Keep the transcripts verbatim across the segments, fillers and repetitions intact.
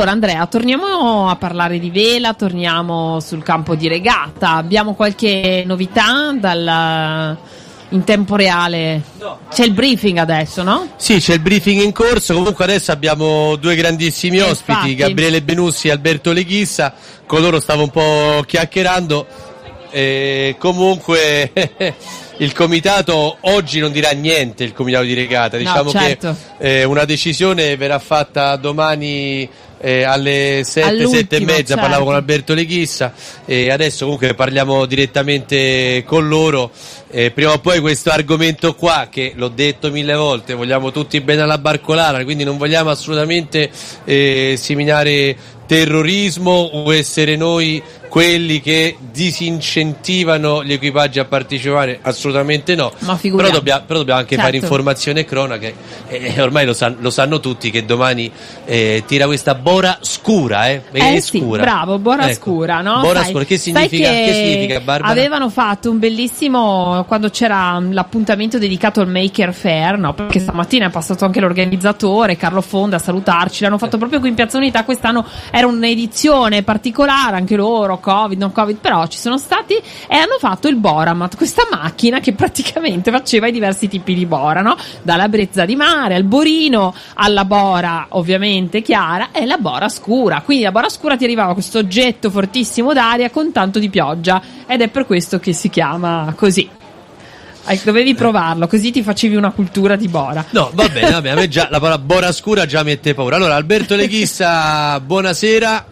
Allora Andrea, torniamo a parlare di vela, torniamo sul campo di regata. Abbiamo qualche novità dal... in tempo reale? C'è il briefing adesso, no? Sì, c'è il briefing in corso. Comunque adesso abbiamo due grandissimi eh, ospiti, infatti. Gabriele Benussi e Alberto Leghissa. Con loro stavo un po' chiacchierando. E comunque il comitato oggi non dirà niente, il comitato di regata. Diciamo, no, certo. che eh, una decisione verrà fatta domani eh, alle sette, sette e mezza. Certo. Parlavo con Alberto Leghissa e adesso comunque parliamo direttamente con loro. Eh, prima o poi questo argomento qua, che l'ho detto mille volte, vogliamo tutti bene alla barcolana, quindi non vogliamo assolutamente eh, seminare terrorismo o essere noi quelli che disincentivano gli equipaggi a partecipare, assolutamente no. Ma però, dobbiamo, però dobbiamo anche certo. fare informazione e cronache, e eh, ormai lo, san, lo sanno tutti che domani eh, tira questa bora scura, eh, eh è sì, scura. bravo, bora ecco. scura, no? Bora sai, scura, che significa, sai che, che significa, Barbara? Avevano fatto un bellissimo, quando c'era l'appuntamento dedicato al Maker Fair, no? Perché stamattina è passato anche l'organizzatore Carlo Fonda a salutarci, l'hanno fatto proprio qui in Piazza Unità. Quest'anno era un'edizione particolare, anche loro, Covid, non Covid, però ci sono stati e hanno fatto il Boramat, questa macchina che praticamente faceva i diversi tipi di bora, no? Dalla brezza di mare al borino, alla bora ovviamente chiara e la bora scura. Quindi la bora scura ti arrivava questo oggetto fortissimo d'aria con tanto di pioggia, ed è per questo che si chiama così. Dovevi provarlo, così ti facevi una cultura di bora. No, va bene, va bene, a me già la parola bora scura già mette paura. Allora, Alberto Leghissa, buonasera.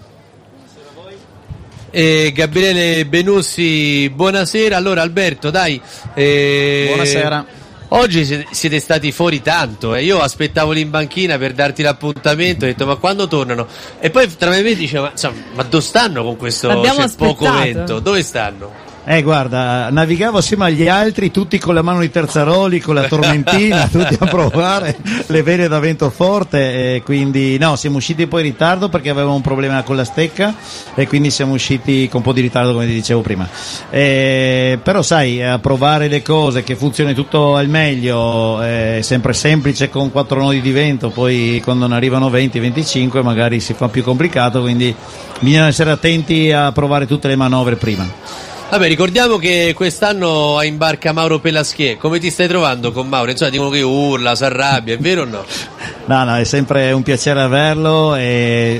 E Gabriele Benussi, buonasera. Allora Alberto, dai, eh, buonasera. Oggi siete stati fuori tanto, eh. Io aspettavo lì in banchina per darti l'appuntamento, ho detto ma quando tornano? E poi tra me dicevo ma, insomma, ma dove stanno con questo c'è poco vento? Dove stanno? Eh guarda, navigavo assieme agli altri, tutti con la mano di Terzaroli, con la tormentina, tutti a provare le vele da vento forte, e quindi no, siamo usciti poi in ritardo perché avevamo un problema con la stecca e quindi siamo usciti con un po' di ritardo, come ti dicevo prima. Eh, però sai, a provare le cose, che funzioni tutto al meglio, è sempre semplice con quattro nodi di vento, poi quando ne arrivano venti venticinque magari si fa più complicato, quindi bisogna essere attenti a provare tutte le manovre prima. Vabbè, ricordiamo che quest'anno ha in barca Mauro Pelaschier. Come ti stai trovando con Mauro? Insomma, dicono che urla, si arrabbia, è vero o no? No, no, è sempre un piacere averlo e,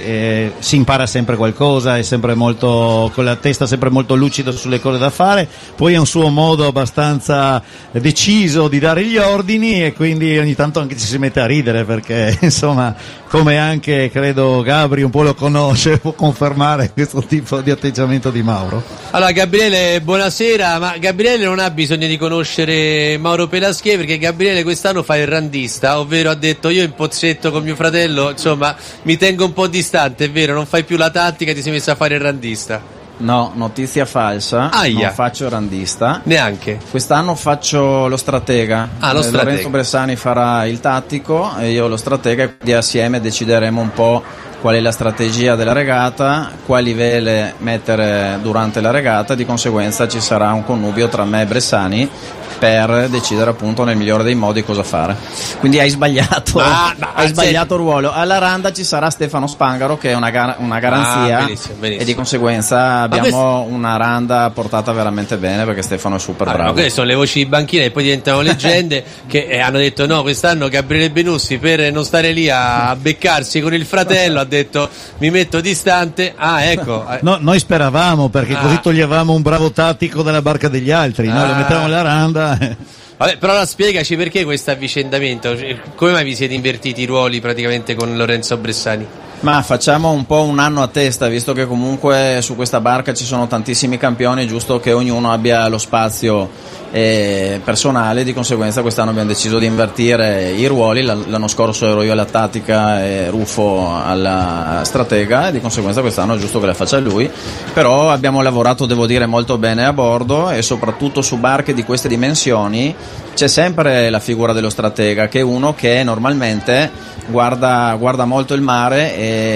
e si impara sempre qualcosa, è sempre molto, con la testa sempre molto lucido sulle cose da fare, poi ha un suo modo abbastanza deciso di dare gli ordini e quindi ogni tanto anche ci si mette a ridere perché insomma, come anche credo Gabri un po' lo conosce, può confermare questo tipo di atteggiamento di Mauro. Allora Gabriele, buonasera, ma Gabriele non ha bisogno di conoscere Mauro Pelaschier perché Gabriele quest'anno fa il randista, ovvero ha detto io in pozzetto con mio fratello, insomma mi tengo un po' distante, è vero, non fai più la tattica, ti sei messo a fare il randista. No, notizia falsa. Aia. Non faccio il randista. Neanche. Quest'anno faccio lo stratega. Ah, lo eh, stratega. Lorenzo Bressani farà il tattico e io lo stratega, e quindi assieme decideremo un po' qual è la strategia della regata, quali vele mettere durante la regata, di conseguenza ci sarà un connubio tra me e Bressani per decidere appunto nel migliore dei modi cosa fare. Quindi hai sbagliato, ma, ma, hai sbagliato se... ruolo. Alla randa ci sarà Stefano Spangaro che è una, gar- una garanzia, ah, benissimo, benissimo. E di conseguenza abbiamo questo... una randa portata veramente bene perché Stefano è super ah, bravo. Ma queste sono le voci di banchina e poi diventano leggende che eh, hanno detto no, quest'anno Gabriele Benussi per non stare lì a beccarsi con il fratello ha detto mi metto distante. Ah, ecco. No, noi speravamo perché ah. così toglievamo un bravo tattico dalla barca degli altri, ah. noi lo mettevamo alla randa. Vabbè, però allora spiegaci perché questo avvicendamento, come mai vi siete invertiti i ruoli praticamente con Lorenzo Bressani? Ma facciamo un po' un anno a testa, visto che comunque su questa barca ci sono tantissimi campioni, è giusto che ognuno abbia lo spazio eh, personale, di conseguenza quest'anno abbiamo deciso di invertire i ruoli. L'anno scorso ero io alla tattica e Ruffo alla stratega e di conseguenza quest'anno è giusto che la faccia lui, però abbiamo lavorato, devo dire, molto bene a bordo e soprattutto su barche di queste dimensioni c'è sempre la figura dello stratega, che è uno che normalmente guarda, guarda molto il mare,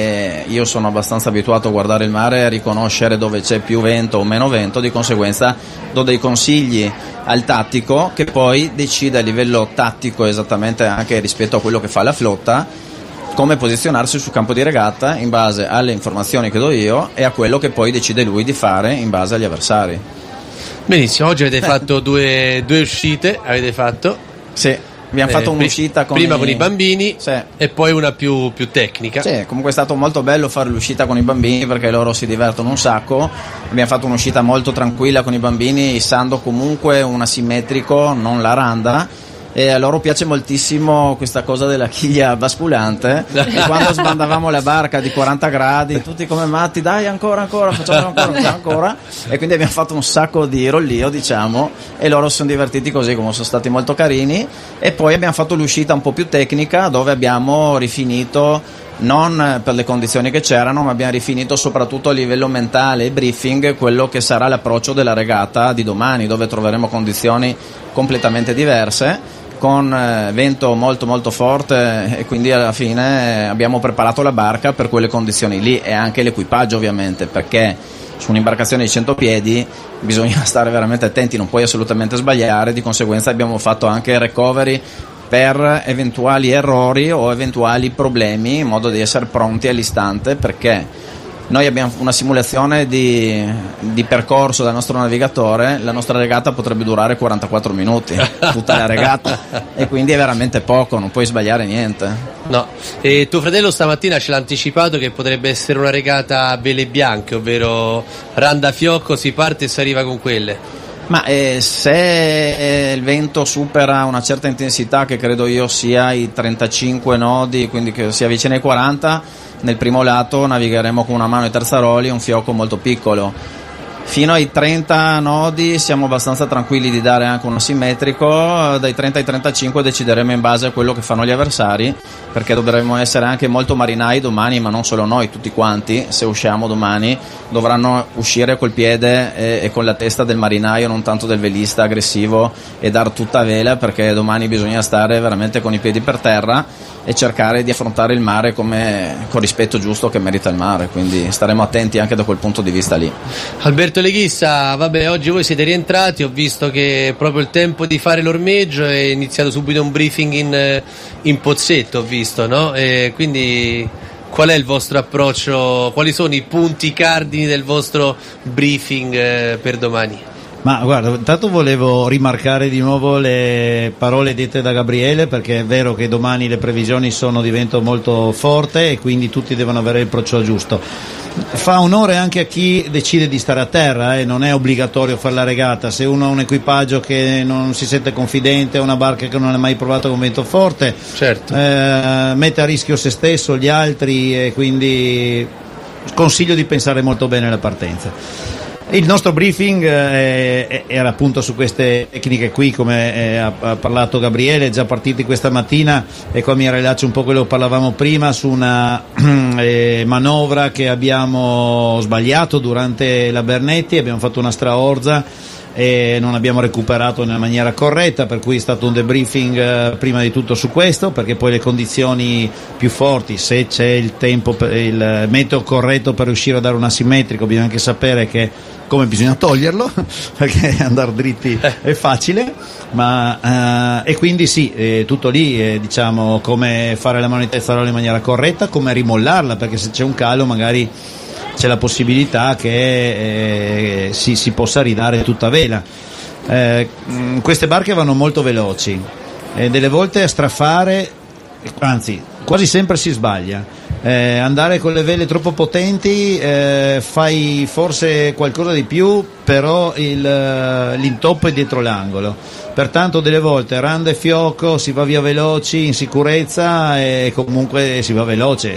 e io sono abbastanza abituato a guardare il mare e a riconoscere dove c'è più vento o meno vento, di conseguenza do dei consigli al tattico che poi decide a livello tattico esattamente anche rispetto a quello che fa la flotta come posizionarsi sul campo di regata in base alle informazioni che do io e a quello che poi decide lui di fare in base agli avversari. Benissimo, oggi avete fatto due, due uscite, avete fatto? Sì, abbiamo eh, fatto un'uscita con prima i... con i bambini, sì, e poi una più, più tecnica. Sì, comunque è stato molto bello fare l'uscita con i bambini perché loro si divertono un sacco. Abbiamo fatto un'uscita molto tranquilla con i bambini, issando comunque un asimmetrico, non la randa. E a loro piace moltissimo questa cosa della chiglia basculante e quando sbandavamo la barca di quaranta gradi tutti come matti, dai ancora ancora facciamo ancora facciamo ancora, e quindi abbiamo fatto un sacco di rollio, diciamo, e loro si sono divertiti così, come sono stati molto carini. E poi abbiamo fatto l'uscita un po' più tecnica dove abbiamo rifinito, non per le condizioni che c'erano, ma abbiamo rifinito soprattutto a livello mentale e briefing quello che sarà l'approccio della regata di domani, dove troveremo condizioni completamente diverse, con vento molto molto forte, e quindi alla fine abbiamo preparato la barca per quelle condizioni lì, e anche l'equipaggio ovviamente, perché su un'imbarcazione di cento piedi bisogna stare veramente attenti, non puoi assolutamente sbagliare. Di conseguenza abbiamo fatto anche recovery per eventuali errori o eventuali problemi, in modo di essere pronti all'istante, perché noi abbiamo una simulazione di, di percorso del nostro navigatore. La nostra regata potrebbe durare quarantaquattro minuti, tutta la regata, e quindi è veramente poco, non puoi sbagliare niente. No, e tuo fratello stamattina ce l'ha anticipato che potrebbe essere una regata a vele bianche, ovvero randa fiocco, si parte e si arriva con quelle. Ma eh, se eh, il vento supera una certa intensità, che credo io sia i trentacinque nodi, quindi che si avvicina ai quaranta, nel primo lato navigheremo con una mano ai terzaroli e un fiocco molto piccolo. Fino ai trenta nodi siamo abbastanza tranquilli di dare anche un asimmetrico, dai trenta ai trentacinque decideremo in base a quello che fanno gli avversari, perché dovremo essere anche molto marinai domani, ma non solo noi, tutti quanti. Se usciamo domani dovranno uscire col piede e, e con la testa del marinaio, non tanto del velista aggressivo, e dar tutta vela, perché domani bisogna stare veramente con i piedi per terra e cercare di affrontare il mare come con rispetto giusto che merita il mare, quindi staremo attenti anche da quel punto di vista lì. Alberto Leghissa, vabbè, oggi voi siete rientrati, ho visto che è proprio il tempo di fare l'ormeggio, è iniziato subito un briefing in, in pozzetto, ho visto, no? E quindi qual è il vostro approccio, quali sono i punti cardini del vostro briefing eh, per domani? Ma guarda, intanto volevo rimarcare di nuovo le parole dette da Gabriele, perché è vero che domani le previsioni sono di vento molto forte e quindi tutti devono avere il approccio giusto. Fa onore anche a chi decide di stare a terra, eh? Non è obbligatorio fare la regata. Se uno ha un equipaggio che non si sente confidente, una barca che non ha mai provato con vento forte, certo. eh, mette a rischio se stesso, gli altri, e quindi consiglio di pensare molto bene alla partenza. Il nostro briefing eh, era appunto su queste tecniche qui, come eh, ha, ha parlato Gabriele, è già partiti questa mattina, e qua mi rilascio un po' quello che parlavamo prima su una eh, manovra che abbiamo sbagliato durante la Bernetti. Abbiamo fatto una straorza e non abbiamo recuperato nella maniera corretta, per cui è stato un debriefing eh, prima di tutto su questo, perché poi le condizioni più forti, se c'è il tempo, per, il meteo corretto per riuscire a dare un asimmetrico, bisogna anche sapere che come bisogna toglierlo, perché andare dritti è facile, ma eh, e quindi sì, eh, tutto lì, eh, diciamo, come fare la mano di terzarolo in maniera corretta, come rimollarla, perché se c'è un calo magari c'è la possibilità che eh, si, si possa ridare tutta vela. Eh, mh, queste barche vanno molto veloci e delle volte a strafare, anzi quasi sempre si sbaglia. Eh, andare con le vele troppo potenti, eh, fai forse qualcosa di più, però il, l'intoppo è dietro l'angolo. Pertanto delle volte randa e fiocco, si va via veloci, in sicurezza, e comunque si va veloce.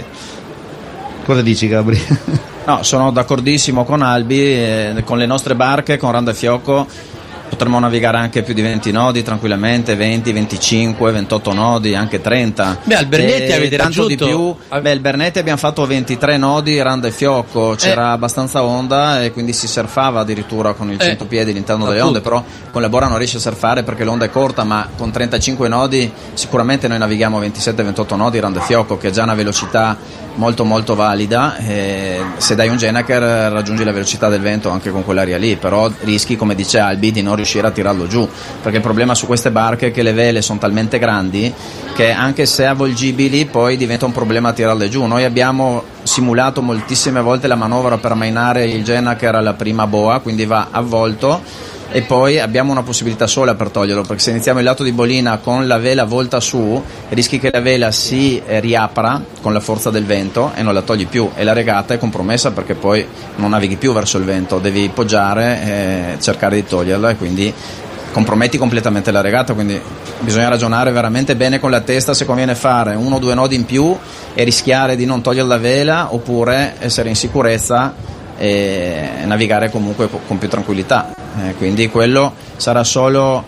Cosa dici, Gabri? No, sono d'accordissimo con Albi, eh, con le nostre barche, con randa e fiocco potremmo navigare anche più di venti nodi tranquillamente, venti, venticinque, ventotto nodi, anche trenta. Beh, al Bernetti avete tanto raggiunto... di più. Beh, il Bernetti abbiamo fatto ventitré nodi, randa e fiocco, c'era eh. abbastanza onda e quindi si surfava addirittura con il cento piedi all'interno delle onde, però con la Bora non riesce a surfare perché l'onda è corta, ma con trentacinque nodi sicuramente noi navighiamo ventisette ventotto nodi, randa e fiocco, che è già una velocità molto molto valida. E se dai un Genaker raggiungi la velocità del vento anche con quell'aria lì, però rischi, come dice Albi, di non riuscire a tirarlo giù, perché il problema su queste barche è che le vele sono talmente grandi che anche se avvolgibili poi diventa un problema a tirarle giù. Noi abbiamo simulato moltissime volte la manovra per mainare il Gennaker alla prima boa, quindi va avvolto, e poi abbiamo una possibilità sola per toglierlo, perché se iniziamo il lato di bolina con la vela volta su rischi che la vela si riapra con la forza del vento e non la togli più, e la regata è compromessa perché poi non navighi più verso il vento, devi poggiare e cercare di toglierla, e quindi comprometti completamente la regata. Quindi bisogna ragionare veramente bene con la testa se conviene fare uno o due nodi in più e rischiare di non togliere la vela, oppure essere in sicurezza e navigare comunque con più tranquillità. Eh, quindi quello sarà solo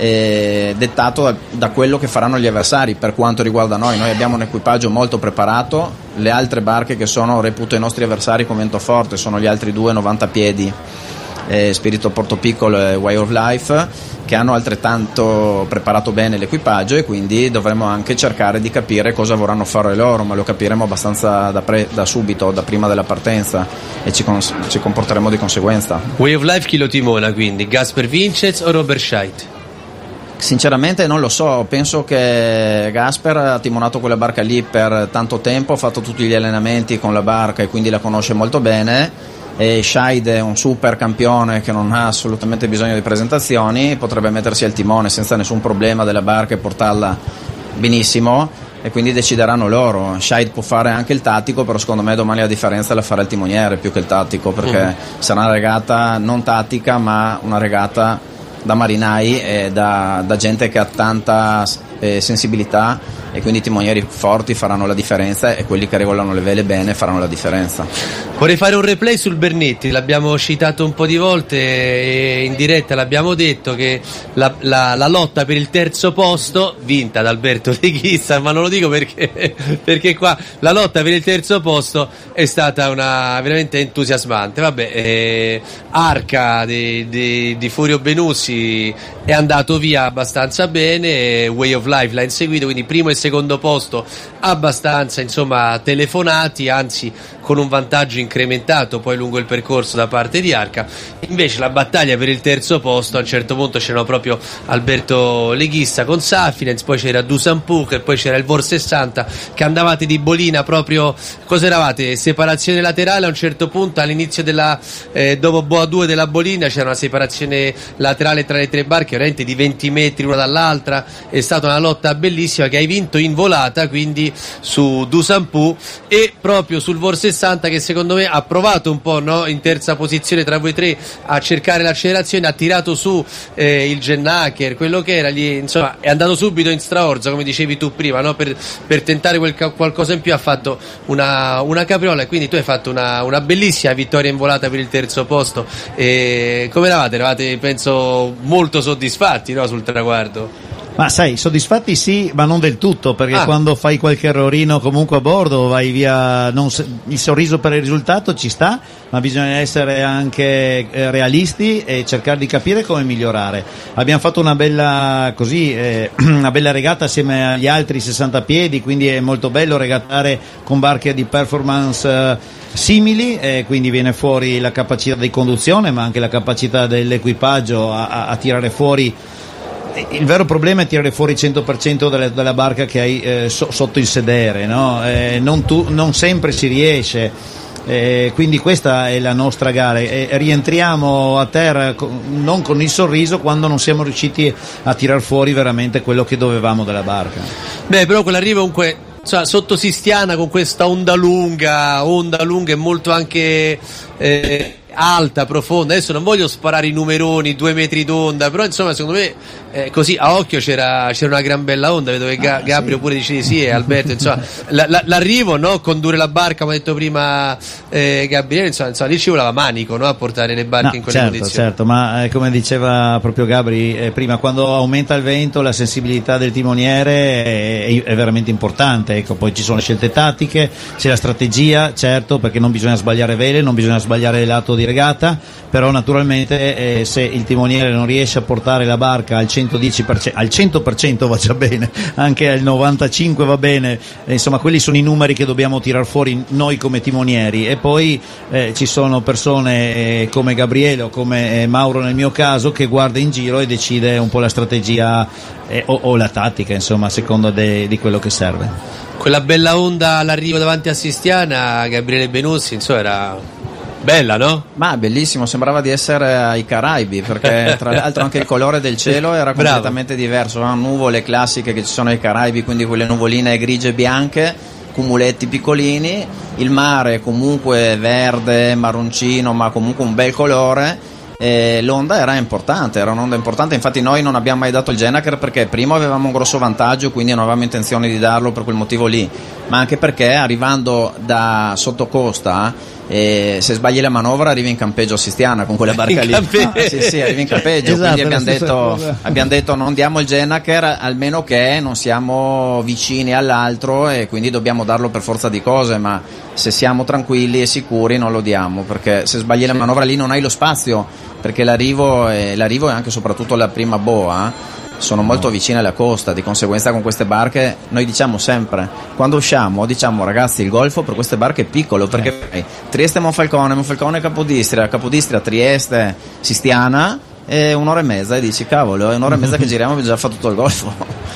eh, dettato da, da quello che faranno gli avversari. Per quanto riguarda noi, noi abbiamo un equipaggio molto preparato. Le altre barche che sono, reputo, i nostri avversari con vento forte sono gli altri due novanta piedi, eh, Spirito Portopiccolo e Way of Life, che hanno altrettanto preparato bene l'equipaggio, e quindi dovremo anche cercare di capire cosa vorranno fare loro, ma lo capiremo abbastanza da, pre, da subito, da prima della partenza, e ci, cons- ci comporteremo di conseguenza. Way of Life chi lo timona quindi? Gasper Vincenz o Robert Scheidt? Sinceramente non lo so, penso che Gasper ha timonato quella barca lì per tanto tempo, ha fatto tutti gli allenamenti con la barca e quindi la conosce molto bene, e Scheid è un super campione che non ha assolutamente bisogno di presentazioni, potrebbe mettersi al timone senza nessun problema della barca e portarla benissimo, e quindi decideranno loro. Scheid può fare anche il tattico, però secondo me domani la differenza la farà il timoniere più che il tattico, perché mm. sarà una regata non tattica ma una regata da marinai e da, da gente che ha tanta eh, sensibilità, e quindi i timonieri forti faranno la differenza e quelli che regolano le vele bene faranno la differenza. Vorrei fare un replay sul Bernetti, l'abbiamo citato un po' di volte e in diretta l'abbiamo detto che la, la, la lotta per il terzo posto, vinta da Alberto Leghista, ma non lo dico perché, perché qua la lotta per il terzo posto è stata una veramente entusiasmante. Vabbè, eh, Arca di, di, di Furio Benussi è andato via abbastanza bene, Way of Life l'ha inseguito, quindi primo e secondo posto abbastanza insomma telefonati, anzi con un vantaggio incrementato poi lungo il percorso da parte di Arca. Invece la battaglia per il terzo posto, a un certo punto c'erano proprio Alberto Leghista con Saffinez, poi c'era Dusan Puk e poi c'era il Vor sessanta, che andavate di bolina proprio, cosa eravate? Separazione laterale a un certo punto all'inizio della eh, dopo boa due della bolina c'era una separazione laterale tra le tre barche veramente di venti metri una dall'altra, è stata una lotta bellissima che hai vinto in volata, quindi su Dusan Puk e proprio sul Vor sessanta, che secondo me ha provato un po', no, in terza posizione tra voi tre a cercare l'accelerazione, ha tirato su eh, il Gennaker, quello che era lì, insomma è andato subito in straorza come dicevi tu prima, no? per, per tentare quel ca- qualcosa in più, ha fatto una, una capriola, e quindi tu hai fatto una, una bellissima vittoria in volata per il terzo posto. E come eravate? Eravate penso molto soddisfatti, no, sul traguardo? Ma sai, soddisfatti sì, ma non del tutto, perché ah. quando fai qualche errorino comunque a bordo vai via, non, il sorriso per il risultato ci sta, ma bisogna essere anche eh, realisti e cercare di capire come migliorare. Abbiamo fatto una bella così eh, una bella regata assieme agli altri sessanta piedi, quindi è molto bello regattare con barche di performance eh, simili, e quindi viene fuori la capacità di conduzione ma anche la capacità dell'equipaggio a, a, a tirare fuori. Il vero problema è tirare fuori il cento per cento della, della barca che hai eh, so, sotto il sedere, no? Eh, non, tu, non sempre si riesce, eh, quindi questa è la nostra gara, e rientriamo a terra con, non con il sorriso quando non siamo riusciti a tirar fuori veramente quello che dovevamo dalla barca. Beh, però quell'arrivo comunque, cioè, sotto Sistiana con questa onda lunga, onda lunga e molto anche eh, alta, profonda. Adesso non voglio sparare i numeroni, due metri d'onda, però insomma secondo me eh, così a occhio c'era, c'era una gran bella onda. Vedo che Ga- Gabrio pure dice di sì, e Alberto insomma la, la, l'arrivo, no? Condurre la barca, come ha detto prima eh, Gabriele, insomma, insomma lì ci voleva manico, no? A portare le barche no, in quelle certo, condizioni. Certo, ma eh, come diceva proprio Gabri eh, prima, quando aumenta il vento la sensibilità del timoniere è, è veramente importante. Ecco, poi ci sono le scelte tattiche, c'è la strategia, certo, perché non bisogna sbagliare vele, non bisogna sbagliare il lato di regata, però naturalmente eh, se il timoniere non riesce a portare la barca al cento centodieci per cento, al cento per cento va già bene, anche al novantacinque per cento va bene, eh, insomma quelli sono i numeri che dobbiamo tirar fuori noi come timonieri, e poi eh, ci sono persone eh, come Gabriele o come eh, Mauro nel mio caso, che guarda in giro e decide un po' la strategia eh, o, o la tattica, insomma a seconda de, di quello che serve. Quella bella onda all'arrivo davanti a Sistiana, Gabriele Benussi, insomma era bella, no? Ma bellissimo, sembrava di essere ai Caraibi, perché tra l'altro anche il colore del cielo era completamente Bravo. diverso, no? Nuvole classiche che ci sono ai Caraibi, quindi quelle nuvoline grigie e bianche, cumuletti piccolini, il mare comunque verde, marroncino, ma comunque un bel colore. E l'onda era importante, era un'onda importante, infatti noi non abbiamo mai dato il Genaker perché primo avevamo un grosso vantaggio, quindi non avevamo intenzione di darlo per quel motivo lì, ma anche perché arrivando da sottocosta e se sbagli la manovra arrivi in campeggio a Sistiana con quella barca lì. Ah, sì, sì, arrivi in campeggio. Esatto, quindi abbiamo detto, abbiamo detto non diamo il Genaker almeno che non siamo vicini all'altro, e quindi dobbiamo darlo per forza di cose, ma se siamo tranquilli e sicuri non lo diamo, perché se sbagli la manovra lì non hai lo spazio, perché l'arrivo e l'arrivo e anche soprattutto la prima boa sono molto vicine alla costa, di conseguenza con queste barche noi diciamo sempre, quando usciamo diciamo ragazzi il golfo per queste barche è piccolo, perché eh. Trieste Monfalcone, Monfalcone Capodistria, Capodistria Trieste Sistiana è un'ora e mezza, e dici cavolo è un'ora e mezza che giriamo, abbiamo già fatto tutto il golfo.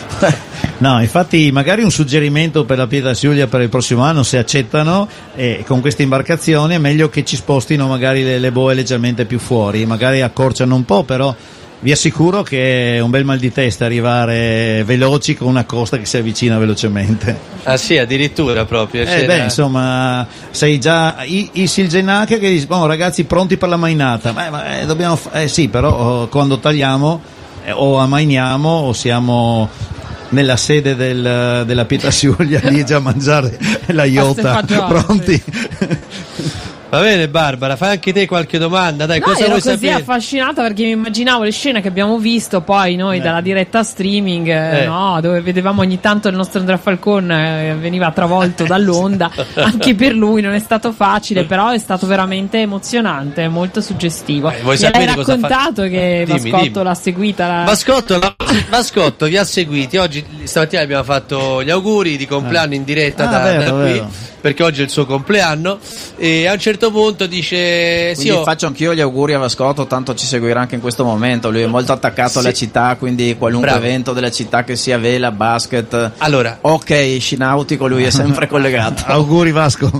No, infatti magari un suggerimento per la Pietra Siulia per il prossimo anno, se accettano, eh, con queste imbarcazioni è meglio che ci spostino magari le, le boe leggermente più fuori, magari accorciano un po', però vi assicuro che è un bel mal di testa arrivare veloci con una costa che si avvicina velocemente. Ah sì, addirittura proprio. Eh beh, insomma, sei già il Silgenache che dici, oh, ragazzi pronti per la mainata, ma, ma eh, dobbiamo f- eh sì, però oh, quando tagliamo eh, o ammainiamo o siamo nella sede del, della Pietra Siulia lì già a mangiare la iota, pronti. Va bene Barbara, fai anche te qualche domanda, dai, no, cosa ero vuoi così sapere? affascinata perché mi immaginavo le scene che abbiamo visto poi noi eh. dalla diretta streaming, eh. no, dove vedevamo ogni tanto il nostro Andrea Falcon eh, veniva travolto dall'onda, anche per lui non è stato facile, però è stato veramente emozionante, molto suggestivo. Eh, vuoi mi hai raccontato fa... che dimmi, Vascotto dimmi. l'ha seguita la... Vascotto, la... Vascotto vi ha seguiti, oggi stamattina abbiamo fatto gli auguri di compleanno in diretta ah, da, vero, da qui, vero. perché oggi è il suo compleanno, e a un certo punto dice quindi sì, io... faccio anch'io gli auguri a Vascotto, tanto ci seguirà anche in questo momento, lui è molto attaccato sì. alla città, quindi qualunque Bravo. evento della città che sia vela, basket, allora ok, sci nautico, lui è sempre collegato. Auguri Vasco.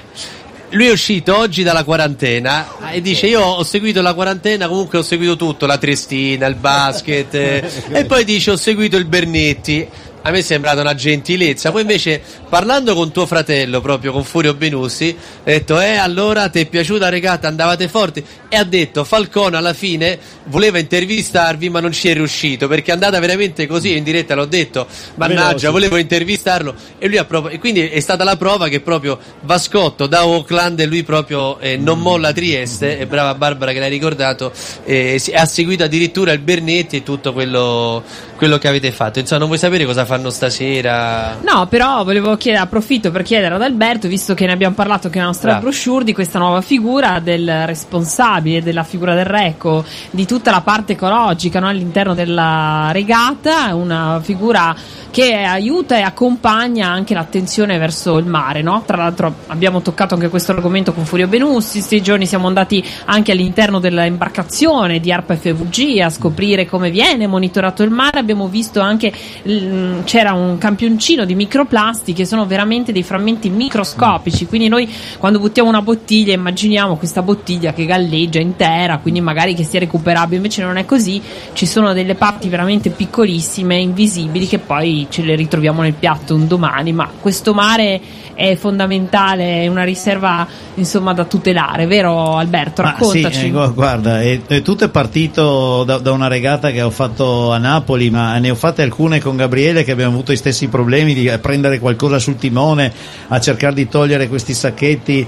Lui è uscito oggi dalla quarantena e dice io ho seguito la quarantena, comunque ho seguito tutto, la Triestina, il basket eh, e poi dice ho seguito il Bernetti. A me è sembrata una gentilezza, poi invece parlando con tuo fratello, proprio con Furio Benussi, ha detto eh allora ti è piaciuta la regata, andavate forti, e ha detto Falcone alla fine voleva intervistarvi ma non ci è riuscito perché è andata veramente così, in diretta l'ho detto, mannaggia, volevo intervistarlo, e lui ha proprio, e quindi è stata la prova che proprio Vascotto da Auckland e lui proprio eh, non molla Trieste, e brava Barbara che l'hai ricordato, eh, ha seguito addirittura il Bernetti e tutto quello, quello che avete fatto. Insomma, non vuoi sapere cosa fanno stasera? No, però volevo chiedere, approfitto per chiedere ad Alberto, visto che ne abbiamo parlato che è la nostra Bravo. brochure, di questa nuova figura del responsabile, della figura del Reco, di tutta la parte ecologica, no, all'interno della regata, una figura che aiuta e accompagna anche l'attenzione verso il mare, no? Tra l'altro abbiamo toccato anche questo argomento con Furio Benussi, questi giorni siamo andati anche all'interno dell'imbarcazione di ARPA F V G a scoprire come viene monitorato il mare, abbiamo visto anche l- c'era un campioncino di microplasti che sono veramente dei frammenti microscopici, quindi noi quando buttiamo una bottiglia immaginiamo questa bottiglia che galleggia intera, quindi magari che sia recuperabile, invece non è così, ci sono delle parti veramente piccolissime, invisibili, che poi ce le ritroviamo nel piatto un domani, ma questo mare è fondamentale, è una riserva insomma da tutelare, vero Alberto? Raccontaci. Sì, eh, guarda, è, è tutto è partito da, da una regata che ho fatto a Napoli, ma ne ho fatte alcune con Gabriele che abbiamo avuto gli stessi problemi di prendere qualcosa sul timone, a cercare di togliere questi sacchetti,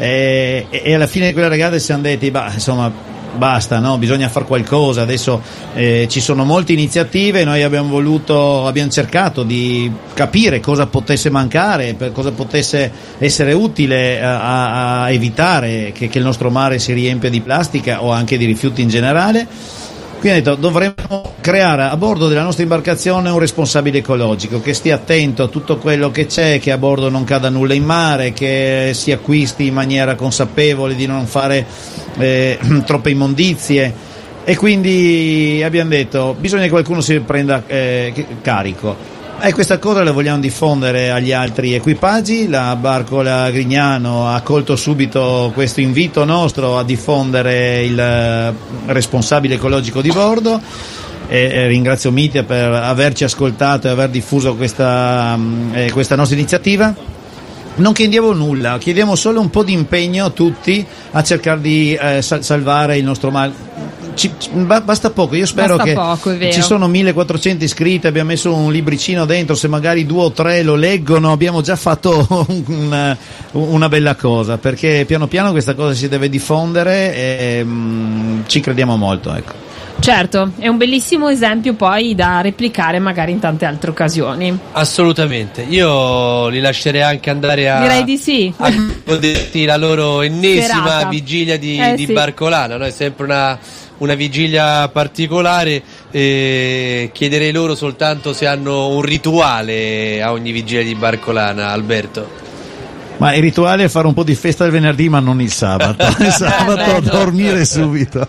eh, e, e alla fine di quella regata ci siamo detti, bah, insomma basta, no? Bisogna fare qualcosa. Adesso eh, ci sono molte iniziative, noi abbiamo voluto, abbiamo cercato di capire cosa potesse mancare, per cosa potesse essere utile a, a evitare che, che il nostro mare si riempia di plastica o anche di rifiuti in generale. Quindi ho detto, dovremmo creare a bordo della nostra imbarcazione un responsabile ecologico che stia attento a tutto quello che c'è, che a bordo non cada nulla in mare, che si acquisti in maniera consapevole di non fare eh, troppe immondizie, e quindi abbiamo detto bisogna che qualcuno si prenda eh, carico. E questa cosa la vogliamo diffondere agli altri equipaggi. La Barcola Grignano ha accolto subito questo invito nostro a diffondere il responsabile ecologico di bordo, e, e ringrazio Mitia per averci ascoltato e aver diffuso questa, eh, questa nostra iniziativa. Non chiediamo nulla, chiediamo solo un po' di impegno a tutti a cercare di eh, sal- salvare il nostro mare. Ci, basta poco, io spero basta che poco, ci sono millequattrocento iscritti, abbiamo messo un libricino dentro, se magari due o tre lo leggono abbiamo già fatto una, una bella cosa, perché piano piano questa cosa si deve diffondere e um, ci crediamo molto, ecco. Certo, è un bellissimo esempio poi da replicare magari in tante altre occasioni. Assolutamente, io li lascerei anche andare a, direi di sì, a godersi la loro ennesima Serata. vigilia di, eh, di sì. Barcolana, no? È sempre una, una vigilia particolare, e chiederei loro soltanto se hanno un rituale a ogni vigilia di Barcolana, Alberto. Ma il rituale è fare un po' di festa il venerdì, ma non il sabato. Il sabato Eh, beh, dormire subito.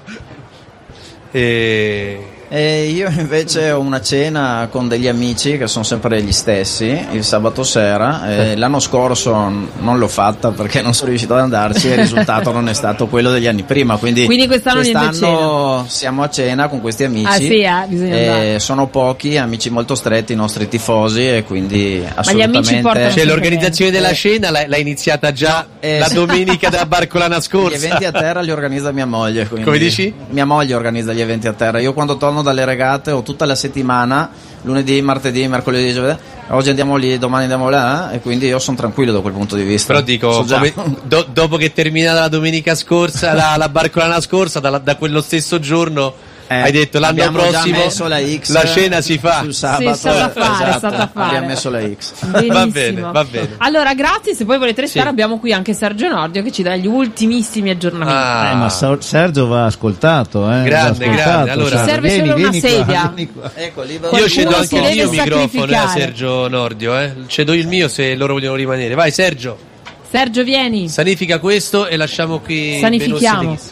E... E io invece ho una cena con degli amici che sono sempre gli stessi il sabato sera, e l'anno scorso non l'ho fatta perché non sono riuscito ad andarci e il risultato non è stato quello degli anni prima, quindi, Quindi quest'anno niente quest'anno siamo a cena con questi amici. Ah sì, eh, bisogna andare. E sono pochi, amici molto stretti, i nostri tifosi, e quindi assolutamente amici portano Cioè l'organizzazione della Eh. cena l'hai, l'hai iniziata già Eh, la sì. domenica della Barcolana Gli scorsa. eventi a terra li organizza mia moglie. Quindi Come dici? Mia moglie organizza gli eventi a terra. Io quando torno dalle regate ho tutta la settimana, lunedì, martedì, mercoledì, giovedì. Oggi andiamo lì, domani andiamo là, e quindi io sono tranquillo da quel punto di vista. Però dico, So già. come- do- dopo che è terminata la domenica scorsa, la, la Barcolana scorsa, da, da quello stesso giorno Eh, hai detto l'anno abbiamo già prossimo messo la X la cena si fa. sul sabato. Sì, è stata a fare, è Esatto, stata a fare. abbiamo messo la X. Benissimo. Va bene, va bene. Allora, grazie. Se poi volete restare, Sì. abbiamo qui anche Sergio Nordio che ci dà gli ultimissimi aggiornamenti. Ah. Eh, ma Sa- Sergio va ascoltato, eh, Grande, va ascoltato, grande. Allora- Sergio. Serve Vieni, solo una vieni qua, sedia. vieni qua. Ecco, lì Io Qualcuno cedo si anche il deve mio microfono eh, a sacrificare. Sergio Nordio, eh. cedo il mio se loro vogliono rimanere. Vai Sergio, Sergio, vieni. sanifica questo e lasciamo qui Sanifichiamo. Benussi.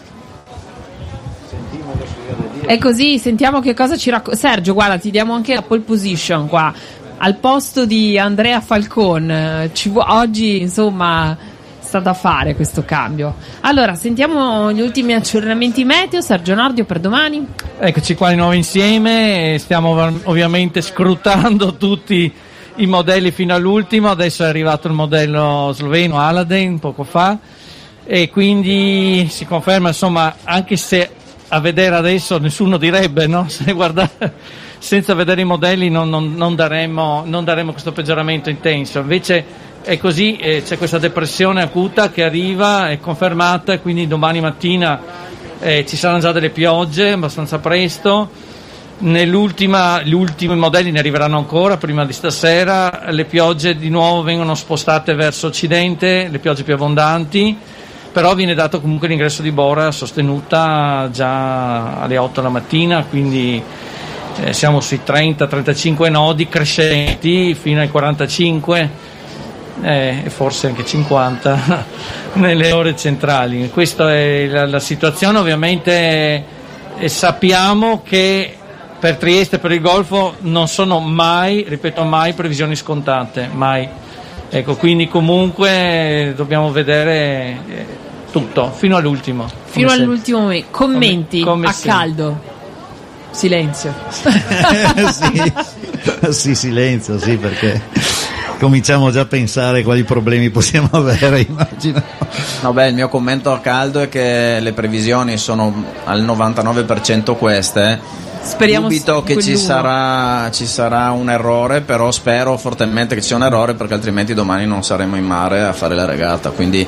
È così, sentiamo che cosa ci racconta. Sergio, guarda, ti diamo anche la pole position qua. Al posto di Andrea Falcon. Eh, Ci vu- oggi, insomma, sta da fare questo cambio. Allora, sentiamo gli ultimi aggiornamenti meteo. Sergio Nordio per domani. Eccoci qua di nuovo insieme, stiamo ov- ovviamente scrutando tutti i modelli fino all'ultimo. Adesso è arrivato il modello sloveno Aladdin poco fa, e quindi si conferma, insomma, anche se a vedere adesso nessuno direbbe, no? Se guarda, senza vedere i modelli non, non, non, daremmo, non daremmo questo peggioramento intenso. Invece è così, eh, c'è questa depressione acuta che arriva, è confermata, e quindi domani mattina eh, ci saranno già delle piogge abbastanza presto. Nell'ultima, gli ultimi modelli ne arriveranno ancora prima di stasera. Le piogge di nuovo vengono spostate verso occidente, le piogge più abbondanti, però viene dato comunque l'ingresso di Bora sostenuta già alle otto della mattina, quindi eh, siamo sui trenta trentacinque nodi crescenti fino ai quarantacinque eh, e forse anche cinquanta nelle ore centrali. Questa è la, la situazione. Ovviamente eh, sappiamo che per Trieste e per il Golfo non sono mai, ripeto mai, previsioni scontate, mai. Ecco, quindi comunque dobbiamo vedere eh, tutto, fino all'ultimo. Fino come all'ultimo momento. Commenti Come- come a sempre. caldo. Silenzio. sì. sì, silenzio, sì, perché cominciamo già a pensare quali problemi possiamo avere, immagino. No, beh, il mio commento a caldo è che le previsioni sono al novantanove per cento queste. Speriamo Dubito s- che ci quell'uno. sarà, ci sarà un errore, però spero fortemente che ci sia un errore, perché altrimenti domani non saremo in mare a fare la regata. Quindi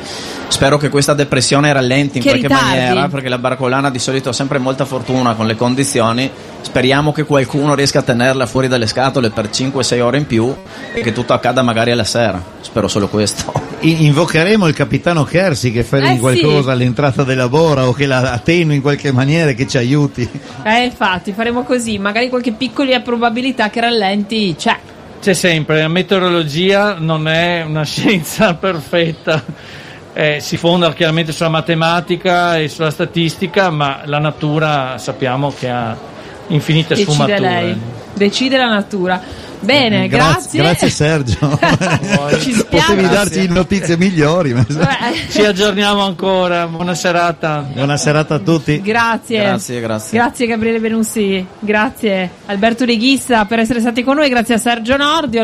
spero che questa depressione rallenti in che qualche ritardi. maniera, perché la barcolana di solito ha sempre molta fortuna con le condizioni. Speriamo che qualcuno riesca a tenerla fuori dalle scatole per cinque sei ore in più e che tutto accada magari alla sera. Spero solo questo. Invocheremo il capitano Kersi che fa Eh, qualcosa sì. all'entrata della bora o che la attenui in qualche maniera, che ci aiuti. Eh, infatti, faremo così. Magari qualche piccola probabilità che rallenti c'è. C'è sempre, la meteorologia non è una scienza perfetta, eh, si fonda chiaramente sulla matematica e sulla statistica, ma la natura sappiamo che ha infinite Decide sfumature. lei, decide la natura. Bene, grazie. Grazie Sergio. Ci spiace. Potevi darci notizie migliori. ma- Eh, Ci aggiorniamo ancora, buona serata. Buona serata a tutti. Grazie. Grazie, grazie. Grazie Gabriele Benussi, grazie Alberto Reghissa per essere stati con noi, grazie a Sergio Nordio.